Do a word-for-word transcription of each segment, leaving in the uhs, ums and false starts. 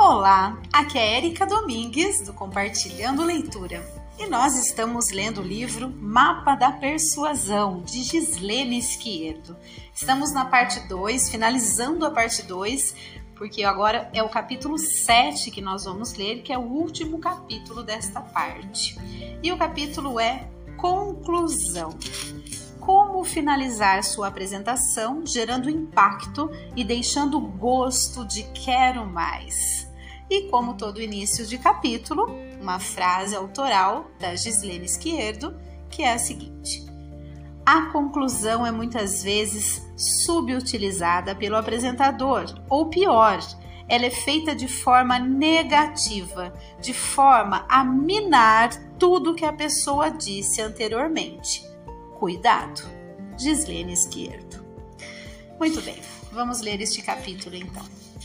Olá, aqui é Érica Domingues do Compartilhando Leitura e nós estamos lendo o livro Mapa da Persuasão, de Gislene Izquierdo. Estamos na parte dois, finalizando a parte dois, porque agora é o capítulo sete que nós vamos ler, que é o último capítulo desta parte. E o capítulo é Conclusão. Como finalizar sua apresentação gerando impacto e deixando gosto de quero mais. E como todo início de capítulo, uma frase autoral da Gislene Izquierdo, que é a seguinte: a conclusão é muitas vezes subutilizada pelo apresentador, ou pior, ela é feita de forma negativa, de forma a minar tudo que a pessoa disse anteriormente. Cuidado, Gislene Izquierdo. Muito bem, vamos ler este capítulo então.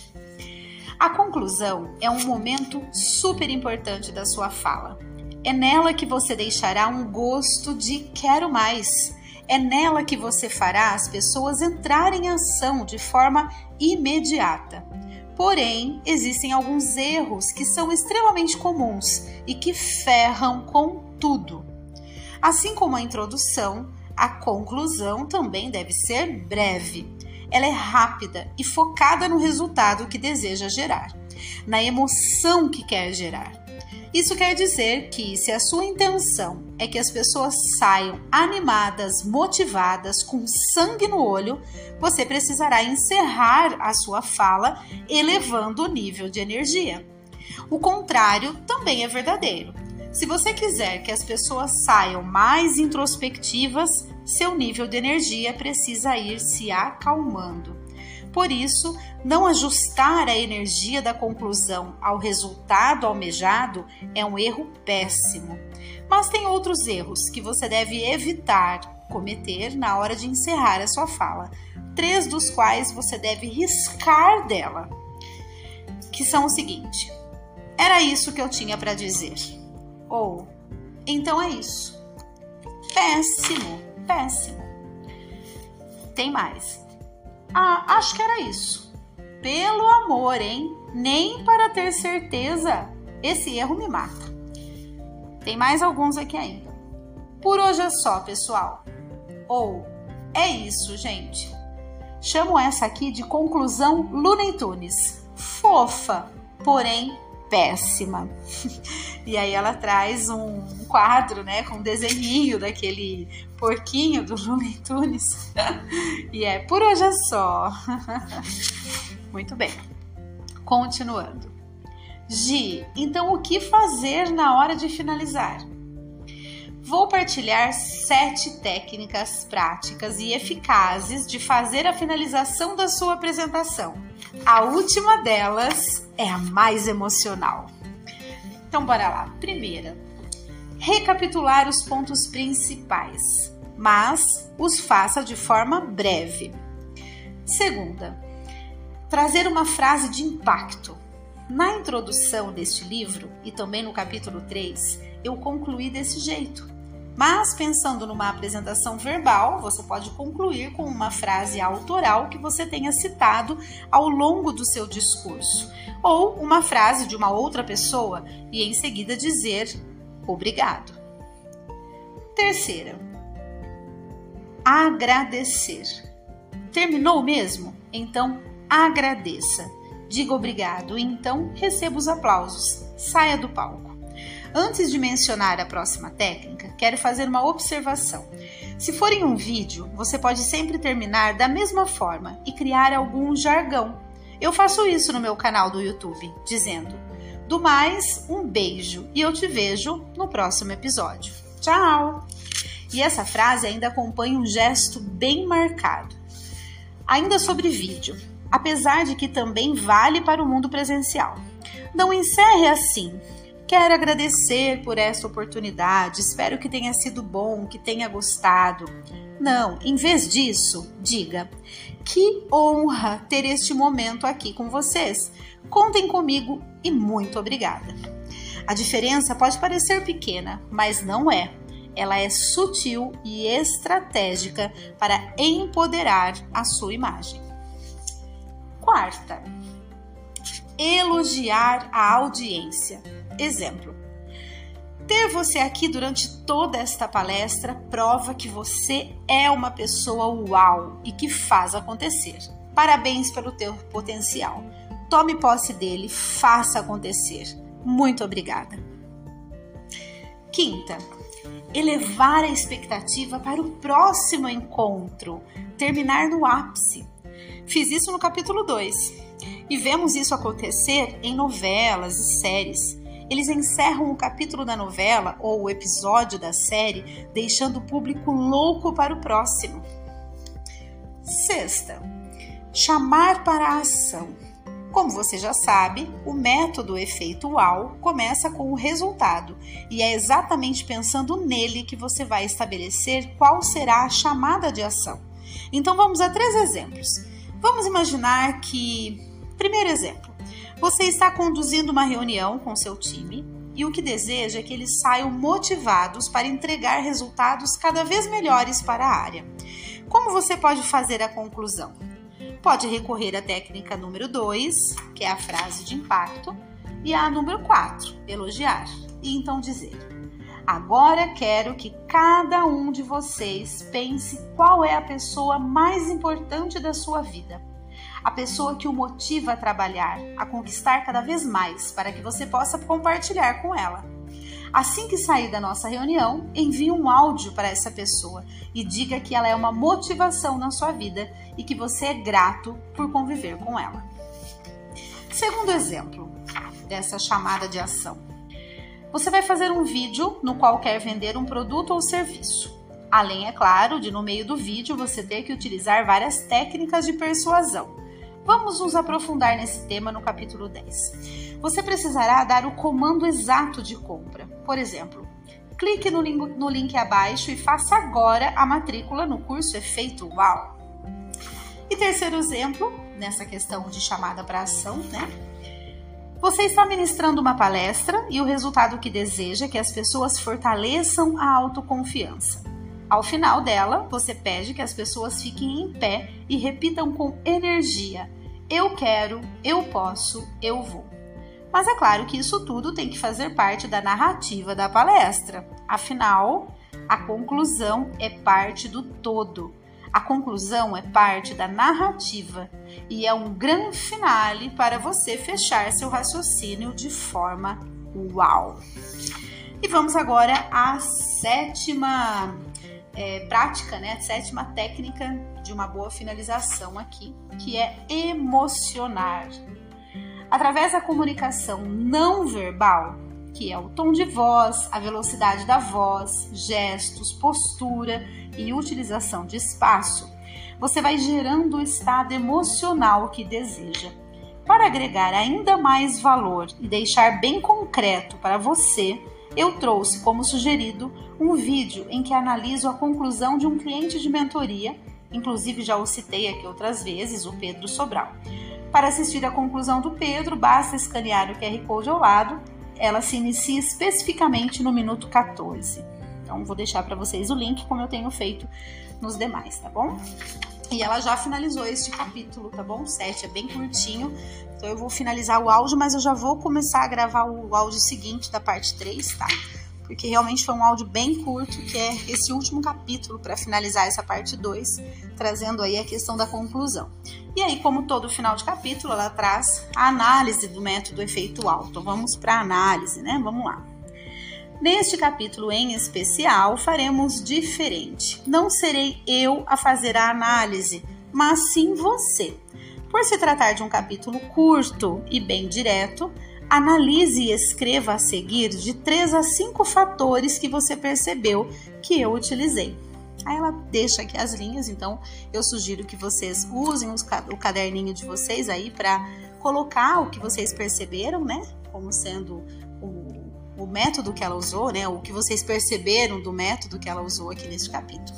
A conclusão é um momento super importante da sua fala. É nela que você deixará um gosto de quero mais. É nela que você fará as pessoas entrarem em ação de forma imediata. Porém, existem alguns erros que são extremamente comuns e que ferram com tudo. Assim como a introdução, a conclusão também deve ser breve. Ela é rápida e focada no resultado que deseja gerar, na emoção que quer gerar. Isso quer dizer que, se a sua intenção é que as pessoas saiam animadas, motivadas, com sangue no olho, você precisará encerrar a sua fala elevando o nível de energia. O contrário também é verdadeiro. Se você quiser que as pessoas saiam mais introspectivas, seu nível de energia precisa ir se acalmando. Por isso, não ajustar a energia da conclusão ao resultado almejado é um erro péssimo. Mas tem outros erros que você deve evitar cometer na hora de encerrar a sua fala, três dos quais você deve riscar dela, que são o seguinte: era isso que eu tinha para dizer. Ou, então é isso. Péssimo, péssimo. Tem mais. Ah, acho que era isso. Pelo amor, hein? Nem para ter certeza, esse erro me mata. Tem mais alguns aqui ainda. Por hoje é só, pessoal. Ou, é isso, gente. Chamo essa aqui de conclusão Looney Tunes. Fofa, porém péssima. E aí ela traz um quadro, né, com um desenhinho daquele porquinho do Looney Tunes. E é por hoje é só. Muito bem. Continuando. Gi, então o que fazer na hora de finalizar? Vou partilhar sete técnicas práticas e eficazes de fazer a finalização da sua apresentação. A última delas é a mais emocional. Então, bora lá. Primeira, recapitular os pontos principais, mas os faça de forma breve. Segunda, trazer uma frase de impacto. Na introdução deste livro e também no capítulo três, eu concluí desse jeito. Mas pensando numa apresentação verbal, você pode concluir com uma frase autoral que você tenha citado ao longo do seu discurso, ou uma frase de uma outra pessoa e em seguida dizer obrigado. Terceira, agradecer. Terminou mesmo? Então agradeça. Diga obrigado e então receba os aplausos. Saia do palco. Antes de mencionar a próxima técnica, quero fazer uma observação. Se for em um vídeo, você pode sempre terminar da mesma forma e criar algum jargão. Eu faço isso no meu canal do YouTube, dizendo: do mais, um beijo e eu te vejo no próximo episódio. Tchau! E essa frase ainda acompanha um gesto bem marcado. Ainda sobre vídeo, apesar de que também vale para o mundo presencial. Não encerre assim. Quero agradecer por esta oportunidade, espero que tenha sido bom, que tenha gostado. Não, em vez disso, diga: que honra ter este momento aqui com vocês. Contem comigo e muito obrigada. A diferença pode parecer pequena, mas não é. Ela é sutil e estratégica para empoderar a sua imagem. Quarta, elogiar a audiência. Exemplo: ter você aqui durante toda esta palestra prova que você é uma pessoa uau e que faz acontecer. Parabéns pelo teu potencial. Tome posse dele, faça acontecer. Muito obrigada. Quinta, elevar a expectativa para o próximo encontro, terminar no ápice. Fiz isso no capítulo dois e vemos isso acontecer em novelas e séries. Eles encerram o capítulo da novela ou o episódio da série deixando o público louco para o próximo. Sexta, chamar para a ação. Como você já sabe, o método efeito uau começa com o resultado e é exatamente pensando nele que você vai estabelecer qual será a chamada de ação. Então vamos a três exemplos. Vamos imaginar que, primeiro exemplo, você está conduzindo uma reunião com seu time e o que deseja é que eles saiam motivados para entregar resultados cada vez melhores para a área. Como você pode fazer a conclusão? Pode recorrer à técnica número dois, que é a frase de impacto, e à número quatro, elogiar, e então dizer: agora quero que cada um de vocês pense qual é a pessoa mais importante da sua vida. A pessoa que o motiva a trabalhar, a conquistar cada vez mais, para que você possa compartilhar com ela. Assim que sair da nossa reunião, envie um áudio para essa pessoa e diga que ela é uma motivação na sua vida e que você é grato por conviver com ela. Segundo exemplo dessa chamada de ação. Você vai fazer um vídeo no qual quer vender um produto ou serviço. Além, é claro, de no meio do vídeo você ter que utilizar várias técnicas de persuasão. Vamos nos aprofundar nesse tema no capítulo dez. Você precisará dar o comando exato de compra. Por exemplo, clique no link, no link abaixo e faça agora a matrícula no curso Efeito Uau. E terceiro exemplo, nessa questão de chamada para ação, né? Você está ministrando uma palestra e o resultado que deseja é que as pessoas fortaleçam a autoconfiança. Ao final dela, você pede que as pessoas fiquem em pé e repitam com energia: eu quero, eu posso, eu vou. Mas é claro que isso tudo tem que fazer parte da narrativa da palestra. Afinal, a conclusão é parte do todo. A conclusão é parte da narrativa e é um grande finale para você fechar seu raciocínio de forma uau. E vamos agora à sétima é, prática, né? A sétima técnica de uma boa finalização aqui, que é emocionar. Através da comunicação não verbal, que é o tom de voz, a velocidade da voz, gestos, postura e utilização de espaço, você vai gerando o estado emocional que deseja. Para agregar ainda mais valor e deixar bem concreto para você, eu trouxe como sugerido um vídeo em que analiso a conclusão de um cliente de mentoria, inclusive já o citei aqui outras vezes, o Pedro Sobral. Para assistir a conclusão do Pedro, basta escanear o Q R Code ao lado. Ela se inicia especificamente no minuto quatorze. Então, vou deixar para vocês o link, como eu tenho feito nos demais, tá bom? E ela já finalizou este capítulo, tá bom? sete, é bem curtinho. Então, eu vou finalizar o áudio, mas eu já vou começar a gravar o áudio seguinte da parte três, tá? Porque realmente foi um áudio bem curto, que é esse último capítulo para finalizar essa parte dois, trazendo aí a questão da conclusão. E aí, como todo final de capítulo, ela traz a análise do método efeito uau. Então, vamos para a análise, né? Vamos lá. Neste capítulo em especial, faremos diferente. Não serei eu a fazer a análise, mas sim você. Por se tratar de um capítulo curto e bem direto, analise e escreva a seguir de três a cinco fatores que você percebeu que eu utilizei. Aí ela deixa aqui as linhas, então eu sugiro que vocês usem os, o caderninho de vocês aí para colocar o que vocês perceberam, né? Como sendo o, o método que ela usou, né? O que vocês perceberam do método que ela usou aqui neste capítulo.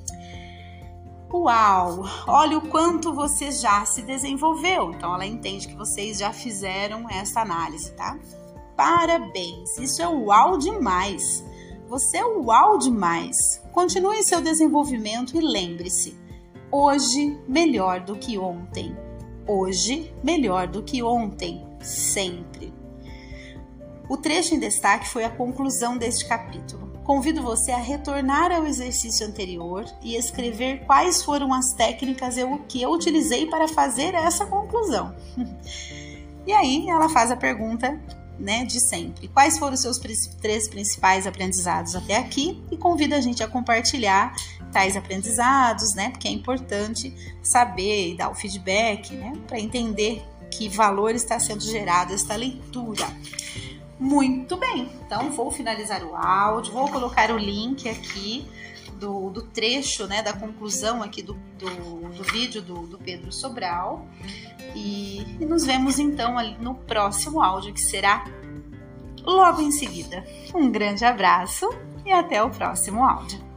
Uau! Olha o quanto você já se desenvolveu. Então, ela entende que vocês já fizeram essa análise, tá? Parabéns! Isso é uau demais! Você é uau demais! Continue seu desenvolvimento e lembre-se, hoje melhor do que ontem. Hoje, melhor do que ontem, sempre. O trecho em destaque foi a conclusão deste capítulo. Convido você a retornar ao exercício anterior e escrever quais foram as técnicas que eu utilizei para fazer essa conclusão. E aí ela faz a pergunta, né, de sempre. Quais foram os seus três principais aprendizados até aqui? E convida a gente a compartilhar tais aprendizados, né, porque é importante saber e dar o feedback, né, para entender que valor está sendo gerado esta leitura. Muito bem, então vou finalizar o áudio, vou colocar o link aqui do, do trecho, né, da conclusão aqui do, do, do vídeo do, do Pedro Sobral e, e nos vemos então ali no próximo áudio, que será logo em seguida. Um grande abraço e até o próximo áudio.